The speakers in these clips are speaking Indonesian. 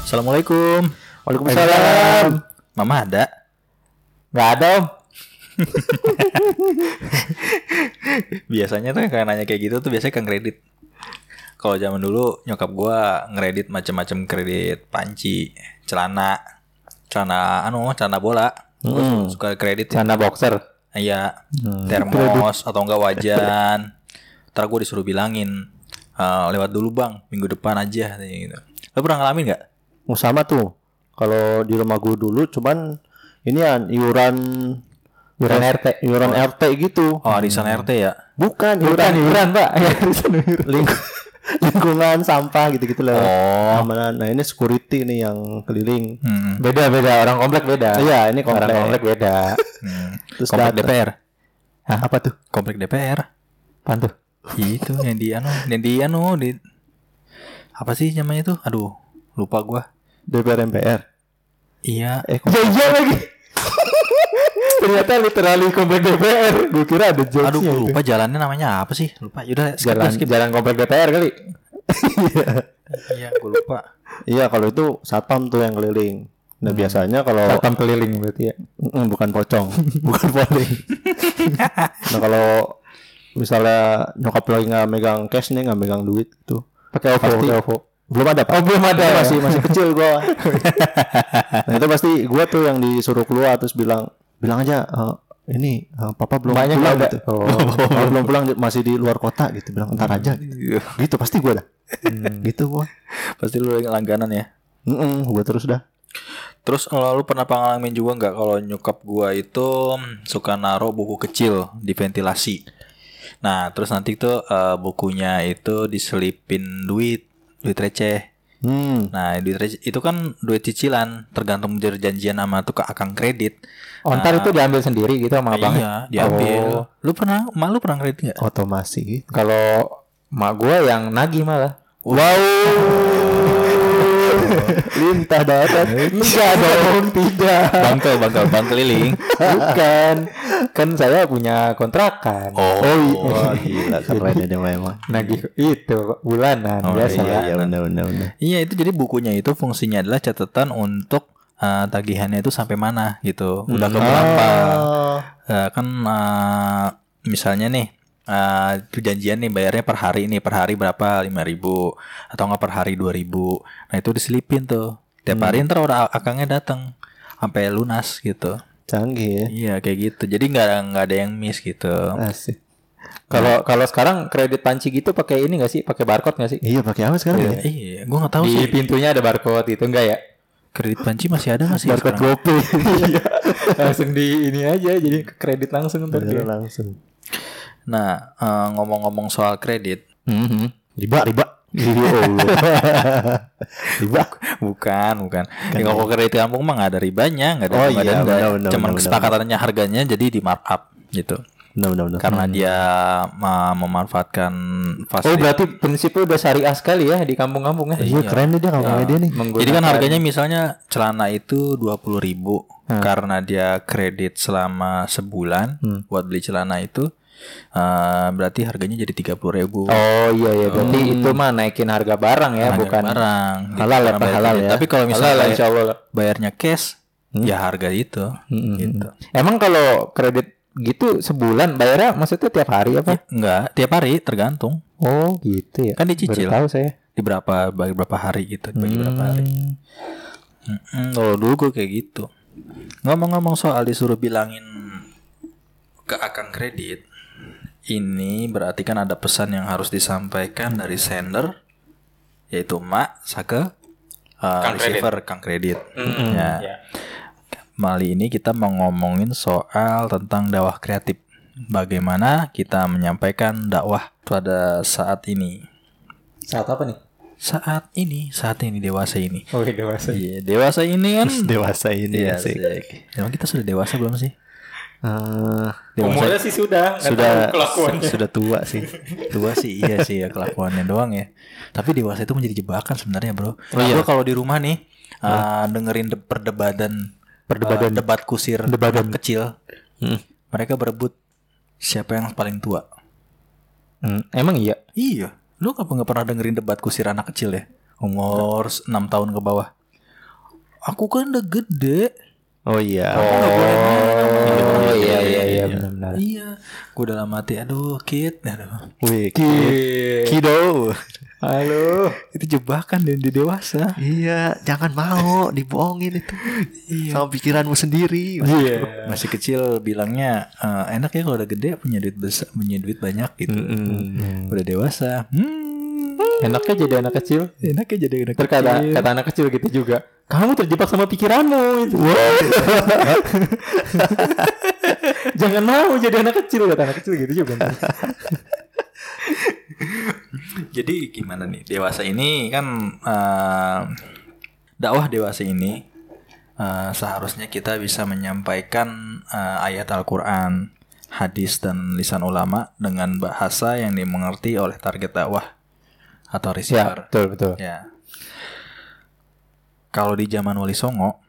Assalamualaikum. Waalaikumsalam. Mama ada? Nggak ada om. Biasanya tuh yang kayak nanya kayak gitu tuh biasanya kan kredit. Kalau zaman dulu nyokap gua ngeredit macam-macam kredit panci, celana bola. Gua suka kredit Celana boxer. Iya, termos atau enggak wajan. Ntar gue disuruh bilangin lewat dulu bang, minggu depan aja gitu. Lo pernah ngalamin nggak? Sama tuh. Kalau di rumah gue dulu cuman ini ya iuran RT gitu. Oh, arisan RT ya? Bukan iuran Pak. Lingkungan sampah gitu-gitu loh. Oh. Nah ini security nih yang keliling. Beda orang komplek beda. Iya ini Orang komplek beda. Terus Komplek datang. DPR. Hah, apa tuh? Komplek DPR. Apaan tuh? Itu yang di apa sih namanya tuh? Aduh, lupa gua. DPR MPR. Iya. Iya lagi. Ternyata literally komplek DPR. Gue kira ada jokesnya. Aduh, gua lupa jalannya namanya apa sih? Lupa. Yaudah, skip. Jalan komplek DPR kali. Iya, gua lupa. Iya kalau itu satpam tuh yang keliling. Nah biasanya kalau Satpam keliling berarti ya. bukan pocong, bukan polling. Nah kalau misalnya nyokap lagi nggak megang cash nih, nggak megang duit tuh, Pakai pasti OVO. belum ada Pak. Oh, belum ada ya? Masih kecil gua. Nah itu pasti gua tuh yang disuruh keluar terus bilang aja ini papa belum Banyak pulang ada. gitu. Papa belum pulang masih di luar kota gitu, bilang entar aja gitu. Gitu pasti gua dah. Gitu gua. Pasti lu langganan ya. Gua terus dah. Terus lu pernah pengalamin juga nggak kalau nyokap gua itu suka naruh buku kecil di ventilasi. Nah, terus nanti tuh bukunya itu diselipin duit receh. Nah, duit receh itu kan duit cicilan, tergantung janjian sama tuh ke akang kredit. Oh, ntar itu diambil sendiri gitu sama abangnya? Iya, diambil. Oh. Lu pernah kredit nggak? Otomasi. Kalau mak gue yang nagih malah. Wow. Lintah darat. Enggak dong, tidak. Bang keliling. Bukan. Kan saya punya kontrakan. Wah, gila keren ya memang. Nagih itu bulanan biasa. Iya benar. Iya, itu jadi bukunya itu fungsinya adalah catatan untuk tagihannya itu sampai mana gitu. Udah ke berapa. Kan misalnya nih janjian nih bayarnya per hari berapa, 5.000 atau enggak per hari 2.000. Nah itu diselipin tuh tiap hari, ntar orang akangnya datang sampai lunas gitu. Canggih ya. Iya kayak gitu, jadi nggak ada yang miss gitu. Asik. Kalau sekarang kredit panci gitu pakai ini nggak sih? Pakai barcode nggak sih? Iya pakai apa sekarang ya? Iya, gue nggak tahu Di sih pintunya ada barcode itu enggak ya? kredit panci masih ada nggak sih Barcode sekarang? GoPay. Iya. Langsung di ini aja, jadi ke kredit langsung ntar dia. Langsung. Nah, ngomong-ngomong soal kredit, Riba. Riba. bukan. Ya, kalau kredit kampung mah nggak ada ribanya, nggak ada Oh bunga iya, denda. benar, Cuman benar. kesepakatannya harganya jadi di markup gitu. Benar. Karena dia memanfaatkan Oh, fasilitas. berarti prinsipnya udah syariah sekali ya di kampung-kampung ya? Iya keren nih dia ngomongnya dia nih. Jadi kan harganya misalnya celana itu 20.000 karena dia kredit selama sebulan buat beli celana itu, berarti harganya jadi 30.000. Oh iya berarti itu mah naikin harga barang ya, Harga bukan barang gitu, Halal ya, karena Pak, bayar halal kredit. ya. Tapi kalau misalnya Halal, insyaallah. bayarnya cash, ya harga itu gitu. Emang kalau kredit gitu sebulan bayarnya maksudnya tiap hari apa? Enggak, tiap hari tergantung. Oh gitu ya. Kan dicicil. Baru tahu saya. Di bagi berapa hari gitu, bagi berapa hari. Kalau dulu gue kayak gitu. Ngomong-ngomong soal disuruh bilangin ke akang kredit, ini berarti kan ada pesan yang harus disampaikan dari sender, yaitu mak sake receiver kang kredit. Ya. Kali ini kita mau ngomongin soal tentang dakwah kreatif. Bagaimana kita menyampaikan dakwah pada saat ini. Saat apa nih? Saat ini dewasa ini. Oh dewasa. Iya, dewasa ini kan. Dewasa ini Iya sih. sih. Emang kita sudah dewasa belum sih? Umurnya sih sudah Sudah tua sih. Tua sih iya sih ya, kelakuannya doang ya. Tapi dewasa itu menjadi jebakan sebenarnya, Bro. Gua kalau di rumah nih dengerin perdebatan debat kusir anak kecil. Mereka berebut siapa yang paling tua. Emang iya? Iya. Lu nggak pernah dengerin debat kusir anak kecil ya? Umur 6 tahun ke bawah. aku kan udah gede. Oh iya. Oh iya benar-benar. Iya, gue dalam hati, aduh kid, aduh. Wih, Kido. Halo. Itu jebakan dan di dewasa. Iya, jangan mau dibohongin itu. Sama pikiranmu sendiri. Iya. Masih kecil bilangnya enak ya kalau udah gede punya duit besar, punya duit banyak gitu. Udah dewasa, Enaknya jadi anak kecil. enaknya jadi anak Terkadang kecil. kata anak kecil gitu juga. Kamu terjebak sama pikiranmu itu. Jangan mau jadi anak kecil, kata anak kecil gitu juga. Jadi gimana nih dewasa ini kan dakwah dewasa ini seharusnya kita bisa menyampaikan ayat Al-Quran, hadis dan lisan ulama dengan bahasa yang dimengerti oleh target dakwah atau Ya, receiver. betul. Ya. Kalau di zaman Wali Songo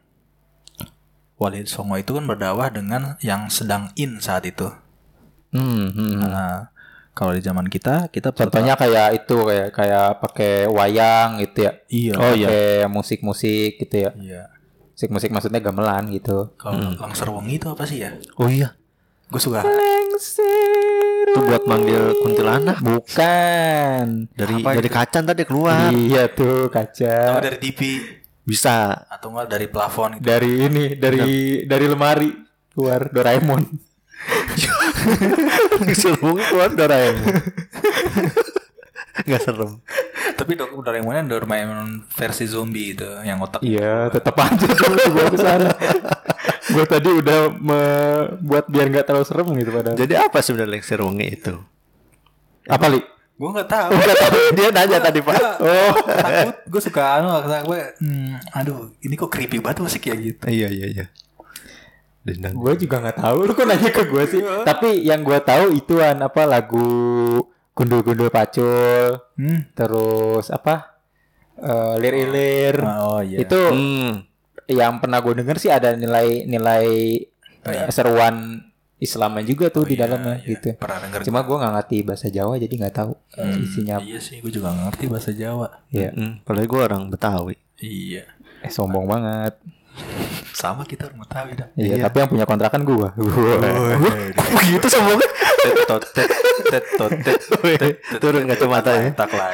itu kan berdakwah dengan yang sedang in saat itu. Nah, kalau di zaman kita Contohnya kayak itu kayak pakai wayang gitu ya. iya. Pakai musik-musik gitu ya. Iya. Musik-musik maksudnya gamelan gitu. Kalau Langser Wengi itu apa sih ya? Oh iya. Gue suka. Itu buat manggil kuntilanak. Bukan. Dari kacan tadi keluar. Iya tuh Atau kaca. dari TV Bisa. atau enggak dari plafon gitu. Dari lemari keluar Doraemon. Serem keluar Doraemon. Gak serem. Tapi Doraemonnya Doraemon versi zombie itu yang otak. Iya, tetap aja tuh gua kesana. Gua tadi udah buat biar nggak terlalu serem gitu padahal. Jadi apa sebenarnya Lengser Wengi itu? Apa Li? Gue nggak tahu. Dia nanya tadi Pak. Oh, takut. Gue suka aduh, ini kok creepy banget musik ya gitu. Iya. Dendang. Gue juga nggak tahu. Lu kok nanya ke gue sih? Tapi yang gue tahu ituan apa lagu Gundul-gundul Pacul. Terus apa? Lir-ilir. Oh iya. Itu yang pernah gue denger sih ada nilai seruan Islamnya juga tuh di dalamnya gitu. Pernah denger. Cuma gue nggak ngerti bahasa Jawa jadi nggak tahu isinya. Iya sih, gue juga nggak ngerti bahasa Jawa. Iya. Padahal gue orang Betawi. Iya. Sombong banget. Sama kita orang Betawi dah. Iya, tapi yang punya kontrakan gua. Gitu sombongnya. Turun kacamata ya. Tak lah.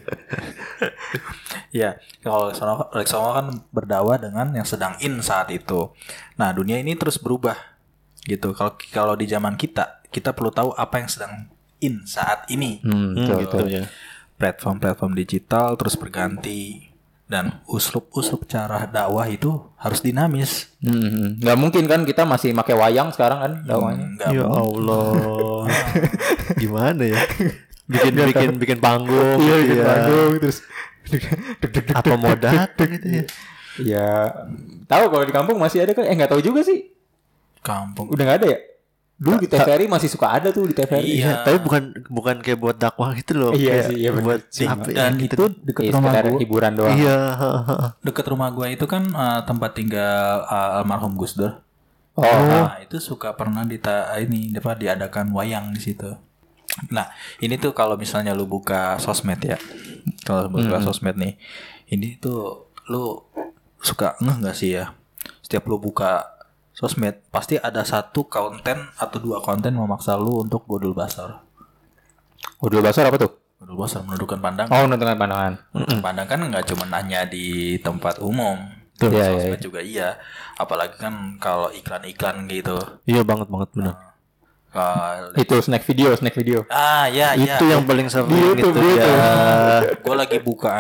Ya, kalau Lex Songo kan berdakwah dengan yang sedang in saat itu. Nah, dunia ini terus berubah gitu. Kalau di zaman kita perlu tahu apa yang sedang in saat ini. Betul. ya. Platform-platform digital terus berganti dan uslub cara dakwah itu harus dinamis. Nggak mungkin kan kita masih pakai wayang sekarang kan dakwahnya. Nggak Ya mau. Allah. Gimana ya? Bikin panggung. Iya, gitu bikin ya. panggung terus Apa mau datang gitu ya? ya tahu kalau di kampung masih ada kan? Nggak tahu juga sih. Kampung. Udah nggak ada ya? Dulu di TVRI masih suka ada tuh di TVRI. Iya. Tapi bukan kayak buat dakwah gitu loh. Iya Kayak sih, iya bener. buat apa ya, Dan gitu. itu deket Iya, rumah sekedar gue. hiburan doang. Iya. Deket rumah gue itu kan tempat tinggal almarhum Gus Dur. Oh. Nah, itu suka pernah diadakan wayang di situ. Nah, ini tuh kalau misalnya lu buka sosmed ya. Kalau buka sosmed nih, ini tuh lu suka ngeh nggak sih ya? Setiap lu buka sosmed pasti ada satu konten atau dua konten memaksa lu untuk godul basar. Godul basar apa tuh? Godul basar menundukkan pandangan. Oh, menentukan pandangan. Pandang kan nggak cuma nanya di tempat umum. Tuh, iya, Sosmed juga iya. Apalagi kan kalau iklan-iklan gitu. Iya banget benar. Itu snack video. Ya. Itu yang paling sering YouTube, gitu ya. Gue lagi buka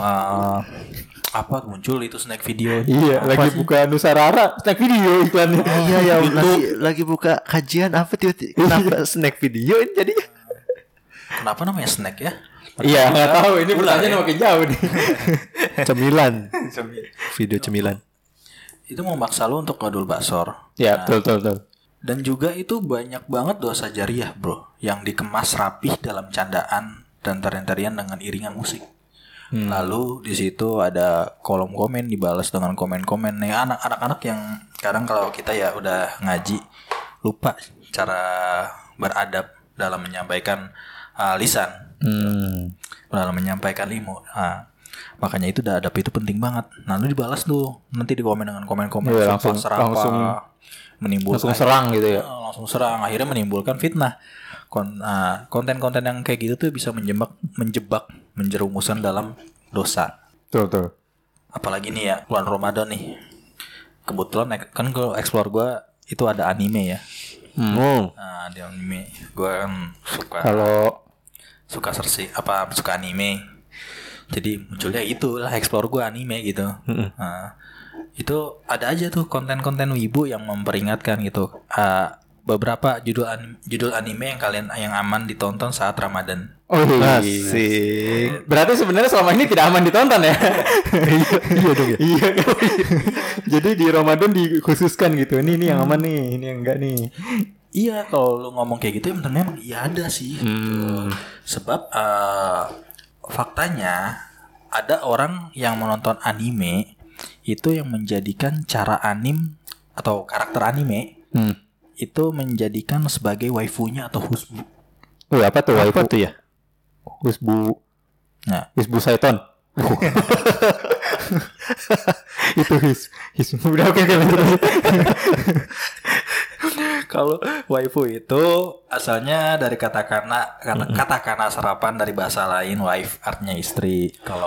apa muncul itu snack video. Iya, lagi buka Nusarara snack video iklannya. Iya ya, lagi buka kajian apa tiba-tiba kenapa snack video ini jadinya? Kenapa namanya snack ya? Iya, nggak tahu ini Ular, pertanyaan ya? makin jauh nih. Cemilan. Video cemilan. Itu mau maksa lu untuk ngadul basor. Ya, betul. Dan juga itu banyak banget dosa jariah, bro, yang dikemas rapih dalam candaan dan tarian-tarian dengan iringan musik. Lalu di situ ada kolom komen dibalas dengan komen-komen. Nih anak-anak yang kadang kalau kita ya udah ngaji lupa cara beradab dalam menyampaikan lisan, dalam menyampaikan ilmu. Nah, Makanya itu dadap itu penting banget. Nah lu dibalas tuh nanti di komen dengan komen-komen Iya, langsung menimbulkan langsung serang gitu ya. langsung serang, akhirnya menimbulkan fitnah. Konten-konten yang kayak gitu tuh bisa menjebak menjerumuskan dalam dosa. Betul. Apalagi nih ya bulan Ramadan nih. Kebetulan kan gue explore gue itu ada anime ya. Nah, di anime gue kan suka suka anime. Jadi munculnya itu lah explore gue anime gitu. Nah, itu ada aja tuh konten-konten wibu yang memperingatkan gitu. Beberapa judul anime yang aman ditonton saat Ramadan. Oh iya. Asik. Berarti sebenarnya selama ini tidak aman ditonton ya? Iya dong ya. Iya. Jadi di Ramadan dikhususkan gitu. Ini yang aman nih, ini yang enggak nih. Iya, kalau lu ngomong kayak gitu memang iya ada sih. Sebab faktanya ada orang yang menonton anime itu yang menjadikan cara anim atau karakter anime itu menjadikan sebagai waifunya atau husbu. Apa tuh waifu? Apa tuh ya? Husbu. Nah, Hizbu Saiton. Itu Hizbu. Udah oke lanjut. kalau waifu itu asalnya dari kata kana serapan dari bahasa lain, wife artinya istri. Kalau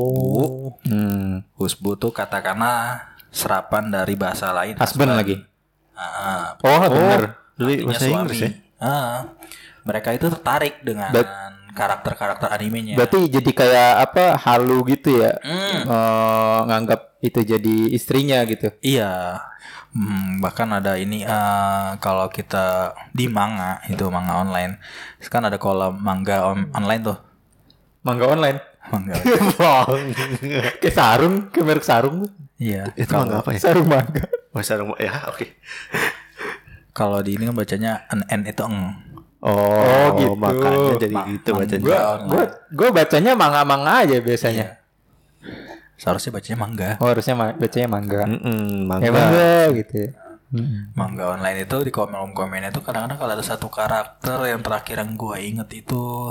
husbu tuh kata kana serapan dari bahasa lain Husband lagi. Benar. Jadi Artinya bahasa Inggris ya? Mereka itu tertarik dengan karakter-karakter animenya. Berarti jadi kayak halu gitu ya? Nganggap itu jadi istrinya gitu. Iya. Bahkan ada ini kalau kita di manga online kan ada kolom manga online tuh. Manga online. Manga. Kayak sarung, kayak merek sarung. Iya. Itu manga apa ya? Sarung manga. Sarung ya, oke. Kalau di ini kan bacanya N itu eng. Oh gitu. Makanya jadi gitu bacanya. Gue bacanya manga-manga aja biasanya. Seharusnya bacanya manga. Oh harusnya bacanya manga. Manga. Manga gitu. Manga online itu di komen-komennya itu kadang-kadang kalau ada satu karakter yang terakhir yang gue inget itu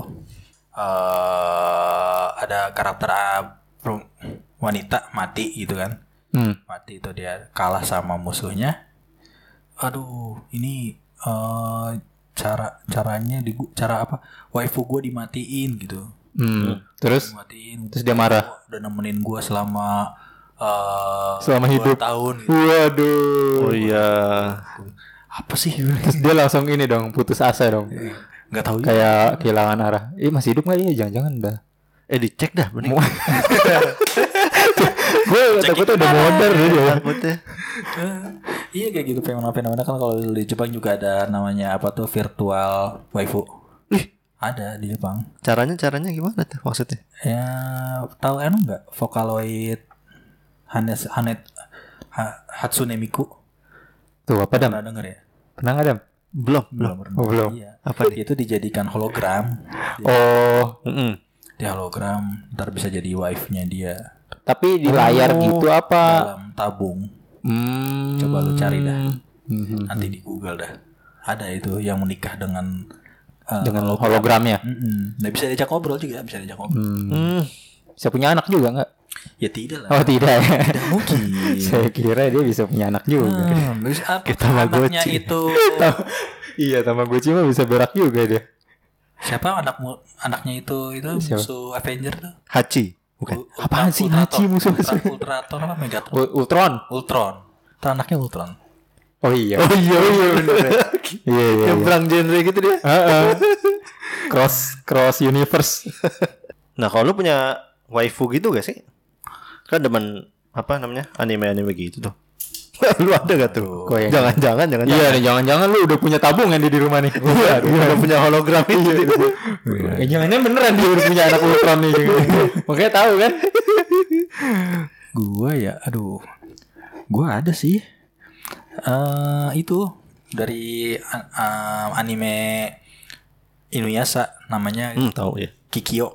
ada karakter wanita mati gitu kan. Mati itu dia kalah sama musuhnya. Aduh, ini caranya cara apa? Waifu gue dimatiin gitu. Terus Dimatiin. Terus dia marah. Udah nemenin gue selama Selama 2 hidup. tahun gitu. Waduh. Oh iya. Apa sih? Terus dia langsung ini dong, putus asa dong. Nggak tahu ya. Kayak kehilangan arah. Masih hidup nggak dia? Jangan-jangan udah. Dicek dah bener. Gue takutnya udah modern dia. Takutnya. Iya kayak gitu fenomena kan kalau di Jepang juga ada namanya apa tuh virtual waifu. Ada di Jepang. Caranya gimana tuh maksudnya? Ya tahu nggak Vocaloid Hatsune Miku? Tuh apa Dam? Pernah denger ya? Pernah nggak Dam? Belum. Belum. Iya. Apa nih? Itu dijadikan hologram. Dia hologram, ntar bisa jadi wife-nya dia. Tapi di layar gitu apa? Dalam tabung. Coba lu cari dah. Nanti di Google dah. Ada itu yang menikah dengan hologramnya. Nah, bisa diajak ngobrol juga, bisa diajak ngobrol. Bisa punya anak juga nggak? Ya tidak lah. Oh tidak. Tidak mungkin. Saya kira dia bisa punya anak juga. Kita anaknya itu. Iya, Tamagotchi mah bisa berak juga dia. Siapa anaknya itu Siapa? musuh Avenger tuh? Hachi. Bukan. Apaan sih Hachi musuh? Ultrator apa Megatron? Ultron. Itu anaknya Ultron. Oh iya. Bener. Iya. Nyebrang genre gitu dia. Cross universe. Nah, kalau lu punya waifu gitu gak sih? Kan demen apa namanya? Anime gitu tuh. Lu ada gak tuh? Kok yang Jangan. Iya nih, jangan-jangan lu udah punya tabungan di rumah nih. Udah punya hologram itu. Jangan-jangan beneran dia udah punya anak Ultron nih. Makanya tahu kan? Gua ada sih. Itu dari anime Inuyasha namanya Tahu ya. Kikyo.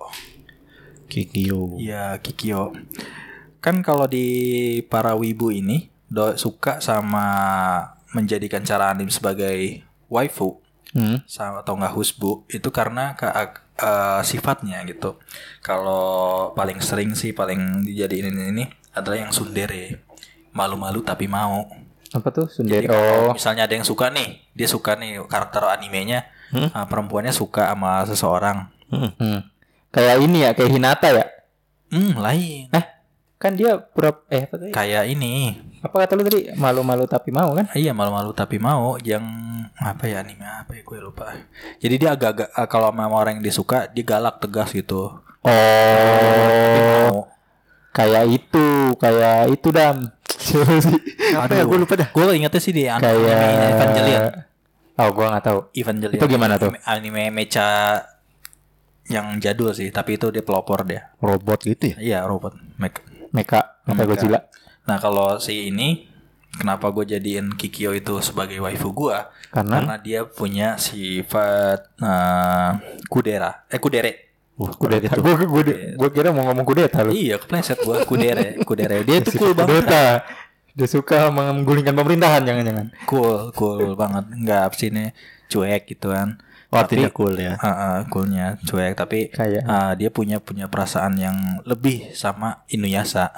Iya, Kikyo. Kan kalau di para wibu ini suka sama menjadikan cara anime sebagai waifu. sama atau nggak husbu itu karena sifatnya gitu. Kalau paling sering sih paling dijadiin ini adalah yang tsundere, malu-malu tapi mau. Apa tuh Jadi tsundere? kalau misalnya ada yang suka nih, dia suka nih karakter animenya, perempuannya suka sama seseorang. Kayak ini ya, kayak Hinata ya. Lain. Kan dia apa tadi? Kayak ini. Apa kata lu tadi? Malu-malu tapi mau kan? Iya, malu-malu tapi mau. Yang apa ya anime apa ya, gue lupa. Jadi dia agak-agak kalau sama orang yang dia suka, dia galak tegas gitu. Tapi mau. Kayak itu Dam. Siapa sih? Apa ya, gue lupa dah. Gue ingetnya sih di anime Kayak Evangelion. Gue nggak tahu. Evangelion. Itu gimana tuh? Anime mecha yang jadul sih, tapi itu dia pelopor dia. Robot gitu ya? Iya, robot. Mecha Godzilla. Nah, kalau si ini kenapa gue jadiin Kikyo itu sebagai waifu gue? Karena dia punya sifat kudere. Kudeta. Gue kira mau ngomong kudeta lu. Iya, kepleset gue kudere. Dia itu cool banget. Dia suka menggulingkan pemerintahan, jangan-jangan. Cool banget. Enggak sih nih cuek gitu kan. Artinya cool ya. Coolnya cuek, tapi Kayak dia punya perasaan yang lebih sama Inuyasha.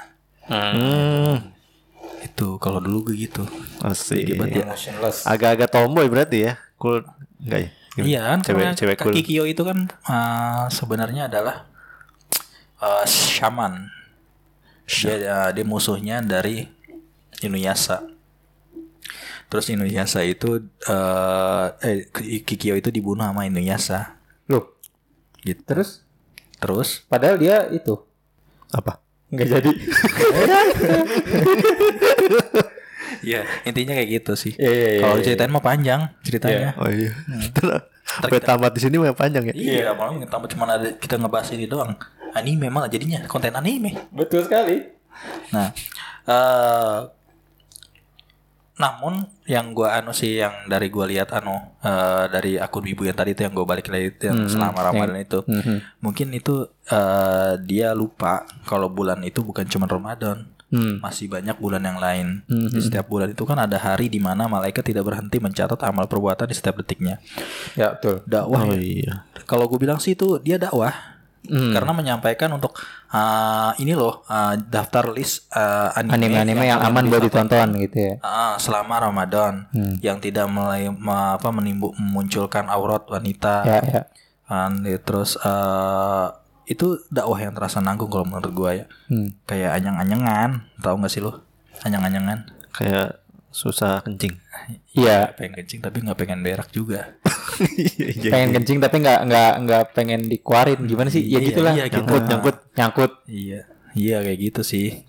Itu kalau dulu gue gitu. Asik. emotionless. Agak-agak tomboy berarti ya. Cool enggak ya? Iya kan, cewek cool. Kikyo itu kan sebenarnya adalah shaman. Dia musuhnya dari Inuyasha. Terus Inuyasha itu Kikyo itu dibunuh sama Inuyasha. Loh, Gitu. Terus padahal dia itu Apa? nggak jadi. ya intinya kayak gitu sih. Iya. Kalau ceritain mah panjang ceritanya. Oh iya. Sampai tamat di sini mah panjang ya. Iya, malah tambah cuma ada kita ngebahas ini doang. Anime malah jadinya konten anime. Betul sekali. Nah, namun yang gua yang dari gua lihat dari akun Wibu yang tadi itu yang gua balik lagi itu yang selama Ramadan itu. Mungkin itu dia lupa kalau bulan itu bukan cuma Ramadan. Masih banyak bulan yang lain. Di setiap bulan itu kan ada hari di mana malaikat tidak berhenti mencatat amal perbuatan di setiap detiknya. Ya, betul. Dakwah. Iya. Kalau gue bilang sih itu dia dakwah. Karena menyampaikan untuk ini loh daftar list Anime-anime yang aman buat ditonton gitu ya. Selama Ramadan yang tidak memunculkan aurat wanita. Ya. Terus itu dakwah yang terasa nanggung kalau menurut gua ya. Kayak anyang-anyangan, tahu nggak sih lo? Anyang-anyangan. Kayak susah kencing. Iya. Pengen kencing tapi nggak pengen berak juga. Pengen kencing tapi nggak pengen dikeluarin, gimana sih? Ya gitulah. Iya, Nyangkut. Iya kayak gitu sih.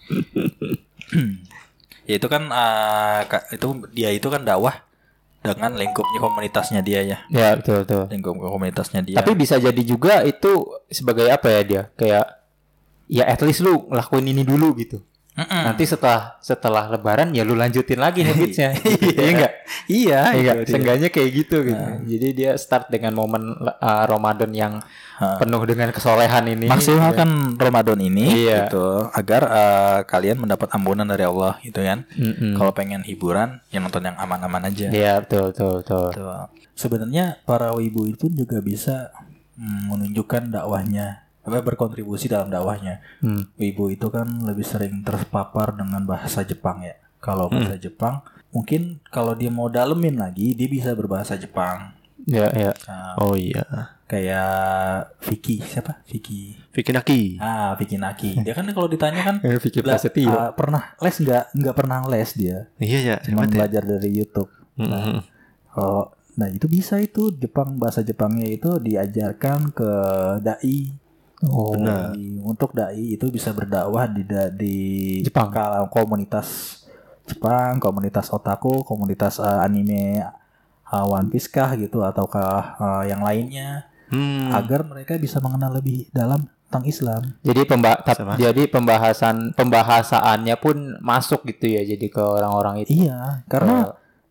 Ya itu kan itu kan dakwah dengan lingkupnya komunitasnya dia ya. Ya, betul. Lingkup komunitasnya dia. Tapi bisa jadi juga itu sebagai apa ya dia? Kayak ya at least lu ngelakuin ini dulu gitu. Nanti setelah lebaran ya lu lanjutin lagi habitsnya. Iya enggak? Iya, seenggaknya kayak gitu. Jadi dia start dengan momen Ramadan yang penuh dengan kesolehan ini. Maksimalkan Ramadan ini Iya. gitu agar kalian mendapat ampunan dari Allah gitu kan. Kalau pengen hiburan ya nonton yang aman-aman aja. Iya, betul. Tuh. Sebenarnya para wibu itu juga bisa menunjukkan dakwahnya, berkontribusi dalam dakwahnya. Wibu itu kan lebih sering terpapar dengan bahasa Jepang ya. Kalau bahasa Jepang, mungkin kalau dia mau dalemin lagi, dia bisa berbahasa Jepang. Ya. Oh iya. Kayak Vicky, siapa? Vicky Naki. Vicky Naki. Dia kan kalau ditanya kan Vicky Prasetyo. pernah les nggak pernah les dia. Iya ya. Cuma belajar dari YouTube. Nah itu bisa itu bahasa Jepangnya itu diajarkan ke dai. Benar. Untuk dai itu bisa berdakwah di Jepang. Kalau komunitas Jepang, komunitas otaku, komunitas anime One Piece kah gitu ataukah yang lainnya, agar mereka bisa mengenal lebih dalam tentang Islam. Jadi pembahasannya pun masuk gitu ya, jadi ke orang-orang itu. Iya, karena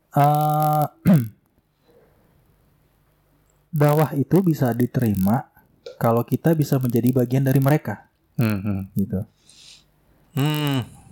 dakwah itu bisa diterima kalau kita bisa menjadi bagian dari mereka. Gitu.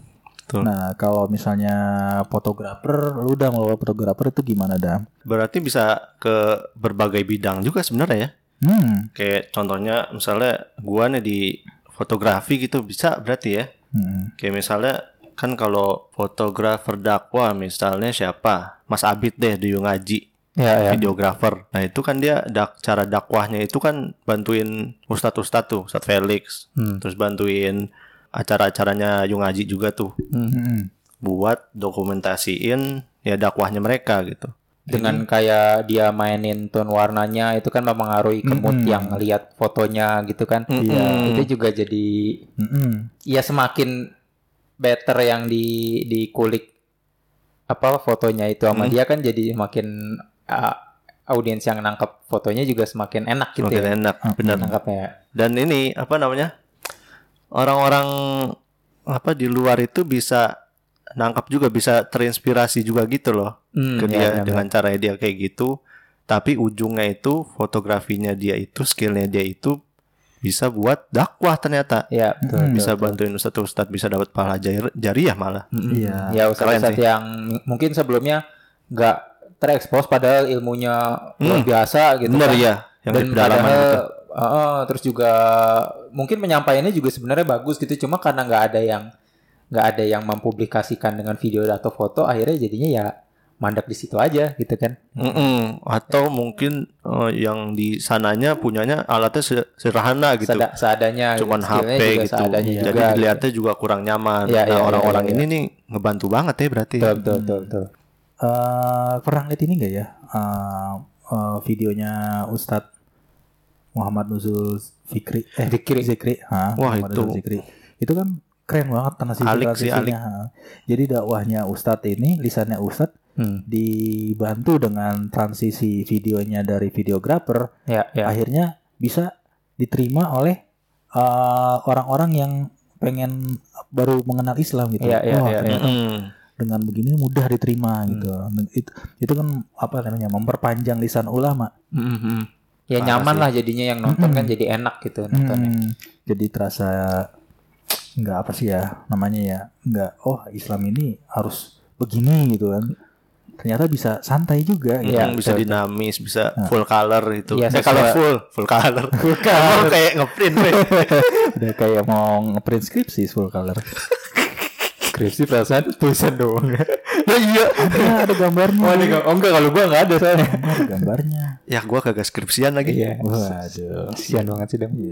betul. Nah, kalau misalnya fotografer, lu udah mau fotografer itu gimana, Dam? Berarti bisa ke berbagai bidang juga sebenarnya ya. Kayak contohnya misalnya gua nih di fotografi gitu bisa berarti ya. Kayak misalnya kan kalau fotografer dakwah misalnya siapa? Mas Abid deh di Ngaji. Ya. Videografer. Nah itu kan dia cara dakwahnya itu kan bantuin ustadz-ustadz tuh, Ustadz Felix, terus bantuin acara-acaranya Yung Ngaji juga tuh, buat dokumentasiin ya dakwahnya mereka gitu. Dengan kayak dia mainin tone warnanya itu kan mempengaruhi ke mood yang ngelihat fotonya gitu kan. Iya, itu juga jadi ya semakin better yang dikulik apa fotonya itu sama dia kan jadi makin audiens yang nangkap fotonya juga semakin enak gitu. Semakin ya. enak, benar. Nangkapnya. Dan ini apa namanya? Orang-orang apa di luar itu bisa nangkap juga, bisa terinspirasi juga gitu loh ke dia dengan cara dia kayak gitu. Tapi ujungnya itu fotografinya dia itu, skillnya dia itu bisa buat dakwah ternyata. Ya, betul. Bisa bantuin ustadz-ustadz, bisa dapat pahala jariah malah. Iya. Ya ustadz yang mungkin sebelumnya nggak terekspos padahal ilmunya luar biasa gitu. Bener kan. ya, yang Dan di pedalaman padahal gitu. Terus juga mungkin penyampaiannya juga sebenarnya bagus gitu, cuma karena nggak ada yang mempublikasikan dengan video atau foto, akhirnya jadinya ya mandek di situ aja gitu kan. Atau mungkin yang di sananya punyanya alatnya sederhana gitu. Seadanya. Cuman HP gitu. Jadi juga, dilihatnya juga kurang nyaman. Ya, nah orang-orang ya. ini nih ngebantu banget ya berarti. Betul. Pernah lihat ini nggak ya? Videonya Ustadz Muhammad Nuzul Zikri. Wah, Muhammad itu. Nuzul Zikri. Itu kan keren banget transisinya. Jadi dakwahnya Ustadz ini, lisannya Ustadz dibantu dengan transisi videonya dari videografer. Ya. Akhirnya bisa diterima oleh orang-orang yang pengen baru mengenal Islam gitu. Ya. Dengan begini mudah diterima gitu. Itu kan apa namanya, memperpanjang lisan ulama. Ya nyaman lah jadinya yang nonton kan jadi enak gitu nontonnya. Jadi terasa nggak apa sih ya namanya ya, nggak Islam ini harus begini gitu kan. Ternyata bisa santai juga gitu. Ya, bisa dinamis, bisa full color itu. Ya, kalau full color. Emang kayak ngeprint. Udah kayak mau ngeprint skripsi full color. Skripsi perasaan tulisan doang. Nah, iya, ada gambarnya. Enggak, kalau gua enggak ada soalnya. Ada gambarnya. Ya gua kagak skripsian lagi. Iya. Waduh, kasihan banget sih Dam.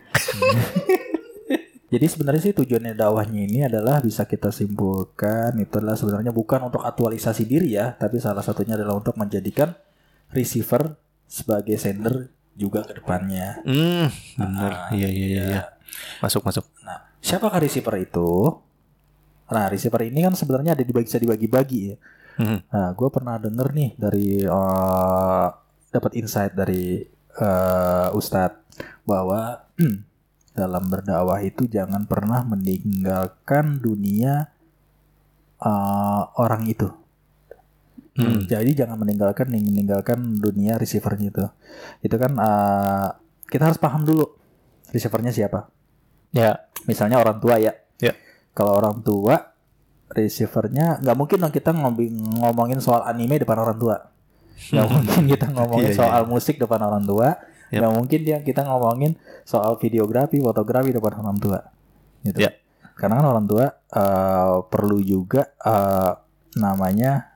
Jadi sebenarnya sih tujuannya dakwahnya ini adalah bisa kita simpulkan itu adalah sebenarnya bukan untuk aktualisasi diri ya, tapi salah satunya adalah untuk menjadikan receiver sebagai sender juga ke depannya. Benar. Iya. Masuk. Nah, siapakah receiver itu? Nah, receiver ini kan sebenarnya bisa dibagi-bagi ya. Nah, gue pernah denger nih dari dapat insight dari Ustadz bahwa dalam berdakwah itu jangan pernah meninggalkan dunia orang itu. Jadi jangan meninggalkan dunia receivernya itu. Itu kan kita harus paham dulu receivernya siapa. Ya, misalnya orang tua ya. Ya. Kalau orang tua, receivernya nggak mungkin dong kita ngomongin soal anime depan orang tua. Nggak mungkin kita ngomongin soal musik depan orang tua. Nggak mungkin kita ngomongin soal videografi, fotografi depan orang tua. Gitu. Karena kan orang tua perlu juga namanya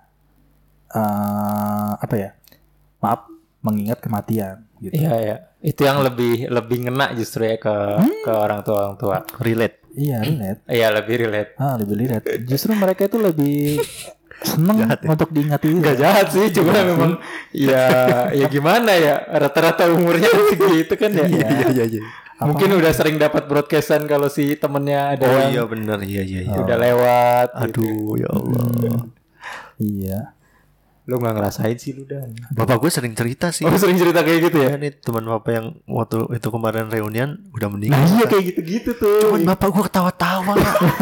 mengingat kematian. Gitu. Iya. Itu yang lebih ngena justru ya ke orang tua. Relate. Iya, relate. Iya, lebih relate. Lebih relate. Justru mereka itu lebih seneng untuk diingati. Gak jahat sih, cuma memang ya gimana ya, rata-rata umurnya segitu kan ya. Iya. Mungkin udah sering dapat broadcastan kalau si temennya ada yang iya benar. Iya. udah lewat. Aduh, ya Allah. Iya. Lu gak ngerasain sih lu dah. Bapak gue sering cerita sih. Oh, sering cerita kayak gitu ya? Nih teman bapak yang waktu itu kemarin reunian udah meninggal. Nah, iya kayak gitu-gitu tuh. Cuman bapak gue ketawa-tawa.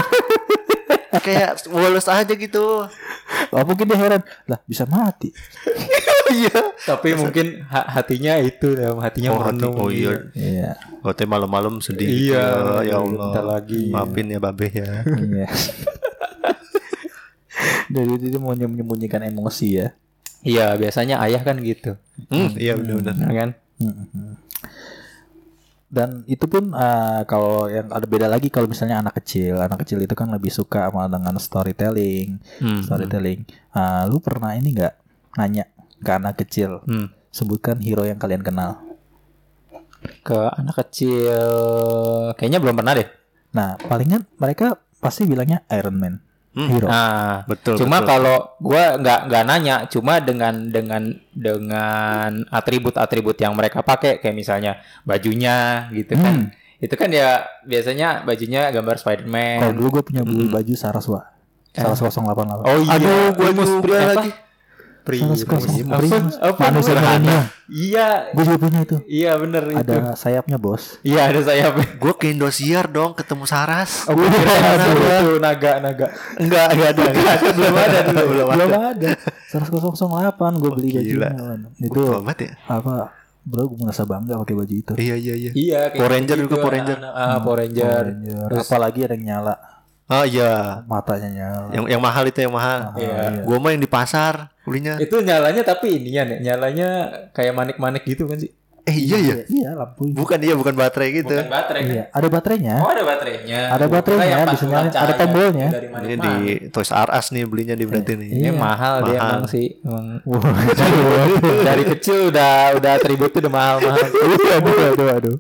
Kayak bolos aja gitu. Mungkin dia heran, lah bisa mati. Iya. Tapi mungkin hatinya itu, hatinya merenung. Oh iya. Iya. Waktu malam-malam sedih. Iya. Ya Allah. Bentar lagi. Maafin ya babe ya. Iya. Jadi dia mau menyembunyikan emosi ya. Iya, biasanya ayah kan gitu. Iya benar-benar. Kan? Dan itu pun kalau yang ada beda lagi kalau misalnya anak kecil itu kan lebih suka sama dengan storytelling. Lu pernah ini nggak nanya ke anak kecil, sebutkan hero yang kalian kenal? Ke anak kecil kayaknya belum pernah deh. Nah palingan mereka pasti bilangnya Iron Man. Hero. Nah, Betul. Cuma kalau gua nggak nanya, cuma dengan atribut-atribut yang mereka pakai, kayak misalnya bajunya gitu kan. Itu kan ya biasanya bajunya gambar Spider-Man. Kalau dulu gue punya baju Saraswa. Saraswa 088. Oh iya. Aduh, gue juga lagi. Manusia harimau. Iya. Gue juga punya itu. Iya bener itu. Ada sayapnya bos. Iya ada sayapnya. Gue ke Indosiar dong, ketemu Saras. Oh, gue kira itu naga. Enggak ada. Belum ada dulu. Belum ada. Saraswa 008 gue beli bajunya. Itu banget ya. apa? Bro, gue merasa bangga pakai baju itu. Iya. Iya. Power Ranger juga, Power Ranger. Power Ranger. Terus, apalagi ada yang nyala. Oh iya. Matanya nyala. Yang mahal itu yang mahal. Iya. Gue mah yang di pasar belinya. Itu nyalanya tapi inian ya. Nyalanya kayak manik-manik gitu kan sih? Iya. Iya, lampu. Bukan baterai gitu. Bukan baterai kan? Iya, ada baterainya. Oh ada baterainya. Ada baterainya, bisa nyala, ada tombolnya. Ini di Toys R Us nih belinya di berarti nih. Ini mahal dia emang sih. Emang dari kecil udah atribut tuh udah mahal. Aduh.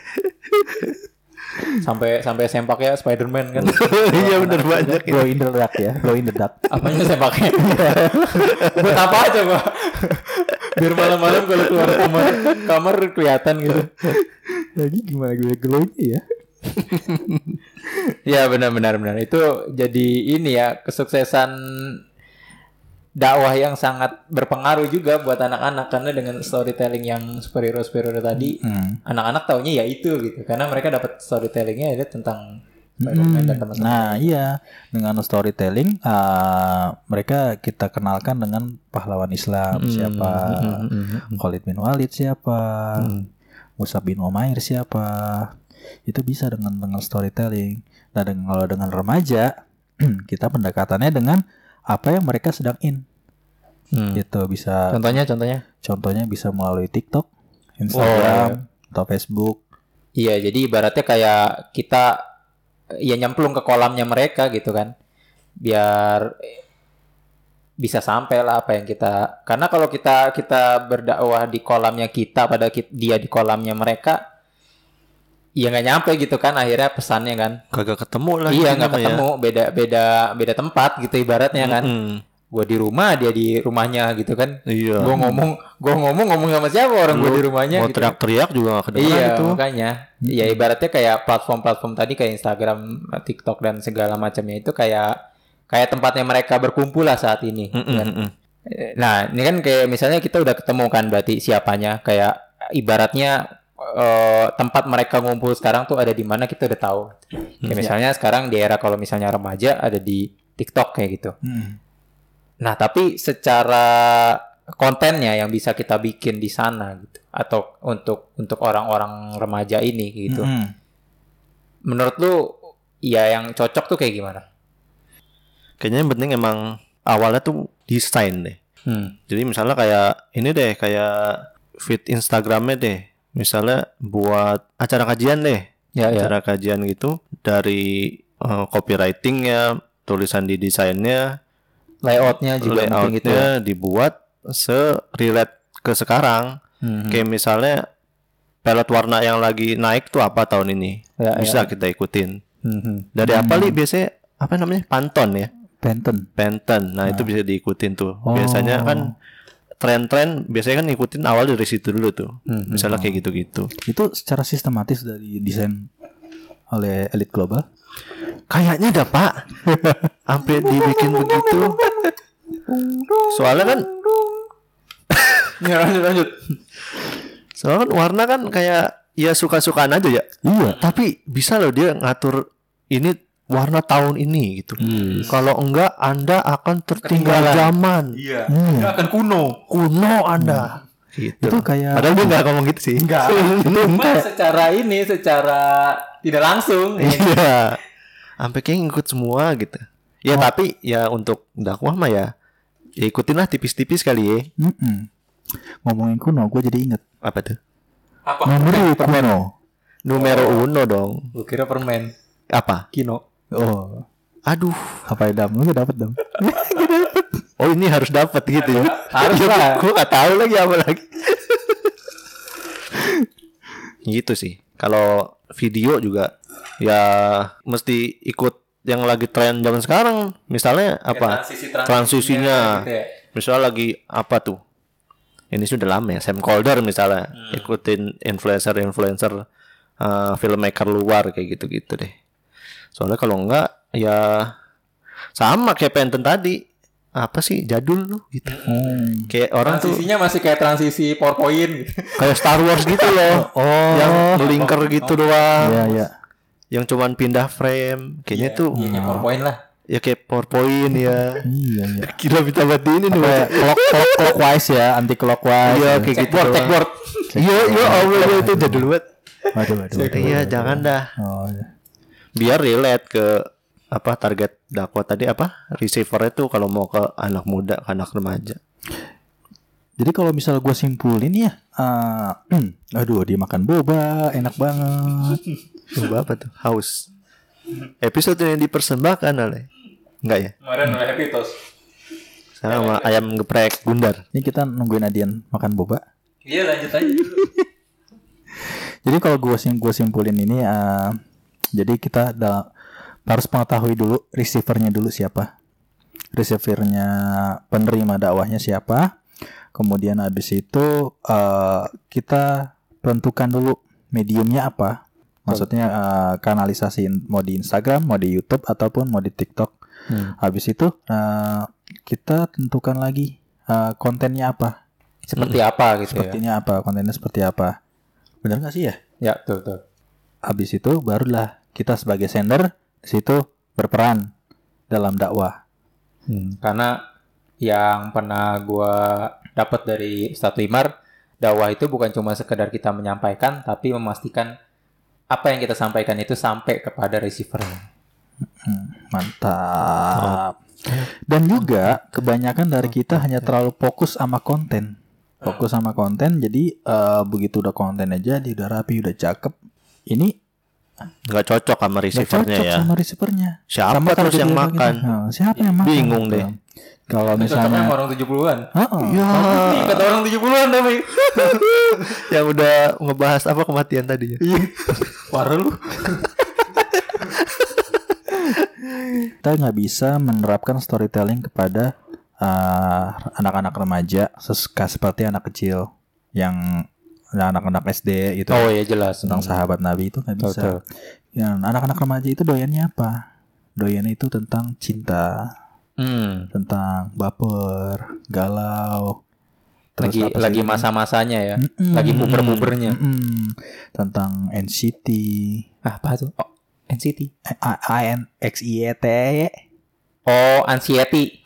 Sampai sempaknya Spider-Man kan. Iya benar banyak. Glow in the dark. Apanya sempaknya? Buat apa aja Pak? Biar malam-malam kalau keluar kamar kelihatan gitu. Lagi gimana gue glownya ya? Ya benar. Itu jadi ini ya kesuksesan dakwah yang sangat berpengaruh juga buat anak-anak karena dengan storytelling yang superhero tadi anak-anak taunya ya itu gitu karena mereka dapat storytellingnya ada tentang Spider-Man dan teman-teman. Nah iya dengan storytelling mereka kita kenalkan dengan pahlawan Islam siapa, Khalid bin Walid siapa, Mus'ab bin Umair siapa, itu bisa dengan storytelling. Nah kalau dengan remaja kita pendekatannya dengan apa yang mereka sedang gitu bisa contohnya bisa melalui TikTok, Instagram atau Facebook. Iya jadi ibaratnya kayak kita ya nyemplung ke kolamnya mereka gitu kan biar bisa sampai lah apa yang kita karena kalau kita berdakwah di kolamnya kita pada dia di kolamnya mereka ya nggak nyampe gitu kan akhirnya pesannya kan kagak ketemu lah. Iya nggak ketemu beda tempat gitu ibaratnya kan. Gue di rumah dia di rumahnya gitu kan. Iya. Gue ngomong sama siapa orang gue di rumahnya. Mau gitu. teriak-teriak juga nggak kedengeran iya, itu. Makanya ya ibaratnya kayak platform tadi kayak Instagram, TikTok dan segala macamnya itu kayak tempatnya mereka berkumpul lah saat ini. Kan? Nah ini kan kayak misalnya kita udah ketemu kan berarti siapanya kayak ibaratnya tempat mereka ngumpul sekarang tuh ada di mana kita udah tahu. Kayak misalnya sekarang di era kalau misalnya remaja ada di TikTok kayak gitu. Nah, tapi secara kontennya yang bisa kita bikin di sana gitu atau untuk orang-orang remaja ini gitu. Menurut lu ya yang cocok tuh kayak gimana? Kayaknya yang penting emang awalnya tuh desain deh. Jadi misalnya kayak ini deh kayak feed Instagramnya deh. Misalnya buat acara kajian deh, acara kajian gitu dari copywritingnya, tulisan di desainnya, layoutnya juga penting gitu ya. Dibuat se-relate ke sekarang. Kayak misalnya palette warna yang lagi naik tuh apa tahun ini, bisa kita ikutin. Dari apa li biasanya apa namanya Pantone ya? Pantone. Nah itu bisa diikutin tuh. Biasanya kan tren-tren biasanya kan ngikutin awal dari situ dulu tuh. Misalnya kayak gitu-gitu. Itu secara sistematis dari desain oleh elit global. Kayaknya ada Pak. Sampai dibikin begitu. Soalnya kan lanjut. Soalnya kan warna kan kayak ya suka-sukaan aja ya. Iya. Tapi bisa loh dia ngatur ini warna tahun ini gitu. Kalau enggak Anda akan tertinggal zaman. Iya. Akan kuno Anda. Gitu. Itu kayak padahal dia enggak ngomong gitu sih. Enggak. Cuma secara tidak langsung. Iya. Sampai kayak ngikut semua gitu. Ya tapi ya untuk dakwah mah ya ikutin lah tipis-tipis kali ya. Ngomongin kuno, gue jadi inget. Apa tuh? Apa? Nomor kuno. Numero uno dong. Gue kira permen. Apa? Kino. Oh, Aduh. apa ya Dam? Lu gak dapet Dam? Oh ini harus dapat gitu ya. Harus lah. Gue gak tahu lagi apa lagi. Gitu sih. Kalau video juga ya mesti ikut yang lagi tren zaman sekarang. Misalnya apa? Transisinya. Gitu ya. Misalnya lagi apa tuh? Ini sudah lama ya. Sam Calder misalnya ikutin influencer filmmaker luar kayak gitu-gitu deh. Soalnya kalau enggak ya sama kayak Penten tadi. Apa sih jadul lu gitu. Kayak orang Transisinya masih kayak transisi PowerPoint gitu. kayak Star Wars gitu loh. Yang melingkar gitu doang. Iya, iya. Yang cuman pindah frame. Kayaknya tuh Iya, PowerPoint lah. ya kayak PowerPoint ya. Iya, iya. Gila minta buat ini nih. Clockwise ya, anti clockwise. Iya kayak gitu. Checkboard. Iya Allah itu jadul banget. Waduh. Iya jangan dah. Oh, iya. Biar relate ke apa target dakwah tadi apa receiver itu kalau mau ke anak muda, ke anak remaja. Jadi kalau misal gue simpulin ya, aduh dia makan boba, enak banget. Coba apa tuh? Haus. Episode yang dipersembahkan oleh enggak ya? Kemarin oleh Happy Toast. Sama ayam geprek Gundar. Ini kita nungguin Adian makan boba. Iya lanjut aja. Jadi kalau gue simpulin ini, jadi kita harus mengetahui dulu receivernya dulu siapa. Receivernya penerima dakwahnya siapa. Kemudian habis itu kita tentukan dulu mediumnya apa. Maksudnya kanalisasi mau di Instagram, mau di YouTube ataupun mau di TikTok. Habis itu kita tentukan lagi kontennya apa. Seperti apa gitu Sepertinya apa, kontennya seperti apa. Benar nggak sih ya? ya? Ya, betul. Habis itu barulah kita sebagai sender di situ berperan dalam dakwah. Karena yang pernah gue dapat dari Ustadz Wimar, dakwah itu bukan cuma sekedar kita menyampaikan, tapi memastikan apa yang kita sampaikan itu sampai kepada receivernya. Mantap. Dan juga kebanyakan dari kita hanya terlalu fokus sama konten. Jadi begitu udah kontennya jadi, udah rapi, udah cakep, ini Nggak cocok sama receivernya ya. sama receivernya. Siapa Sama terus yang target makan? kita. Nah, siapa yang makan? Bingung deh. Kalau misalnya orang 70-an. Ya, Kata orang 70-an tapi. yang udah ngebahas apa kematian tadi ya. Parah lu. kita nggak bisa menerapkan storytelling kepada anak-anak remaja seperti anak kecil yang anak-anak SD itu. Oh iya jelas. Tentang sahabat Nabi itu nggak bisa. Betul. Ya, anak-anak remaja itu doyannya apa? Doyannya itu tentang cinta, tentang baper, galau. Terus Lagi masa-masanya ya. Lagi puber-pubernya. Tentang NCT. Apa tuh? Oh, NCT. ANXIET. Oh, anxiety.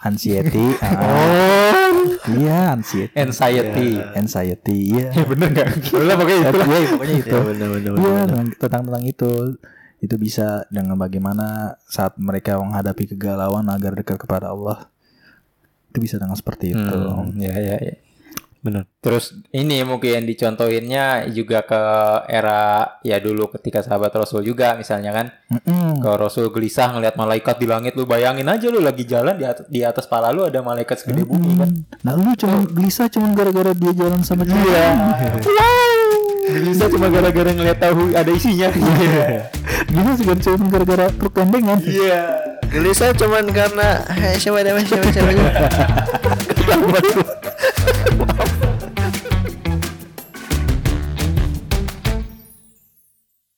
Iya, anxiety. Iya. Ya bener nggak? Bener pokoknya itu. Iya, pokoknya itu. Benar. Iya, tentang itu. Itu bisa dengan bagaimana saat mereka menghadapi kegalauan agar dekat kepada Allah. Itu bisa dengan seperti itu. Ya. Benar. Terus ini mungkin dicontohinnya juga ke era ya dulu ketika sahabat Rasul juga misalnya kan. Kalau Rasul gelisah ngeliat malaikat di langit, lu bayangin aja lu lagi jalan di atas pala lu ada malaikat segede bumi kan. Nah, lu cuma gelisah cuma gara-gara dia jalan sama dia. Gelisah cuma gara-gara ngeliat tahu ada isinya. Gelisah juga cuma gara-gara truk gandengan. Gelisah cuman karena siapa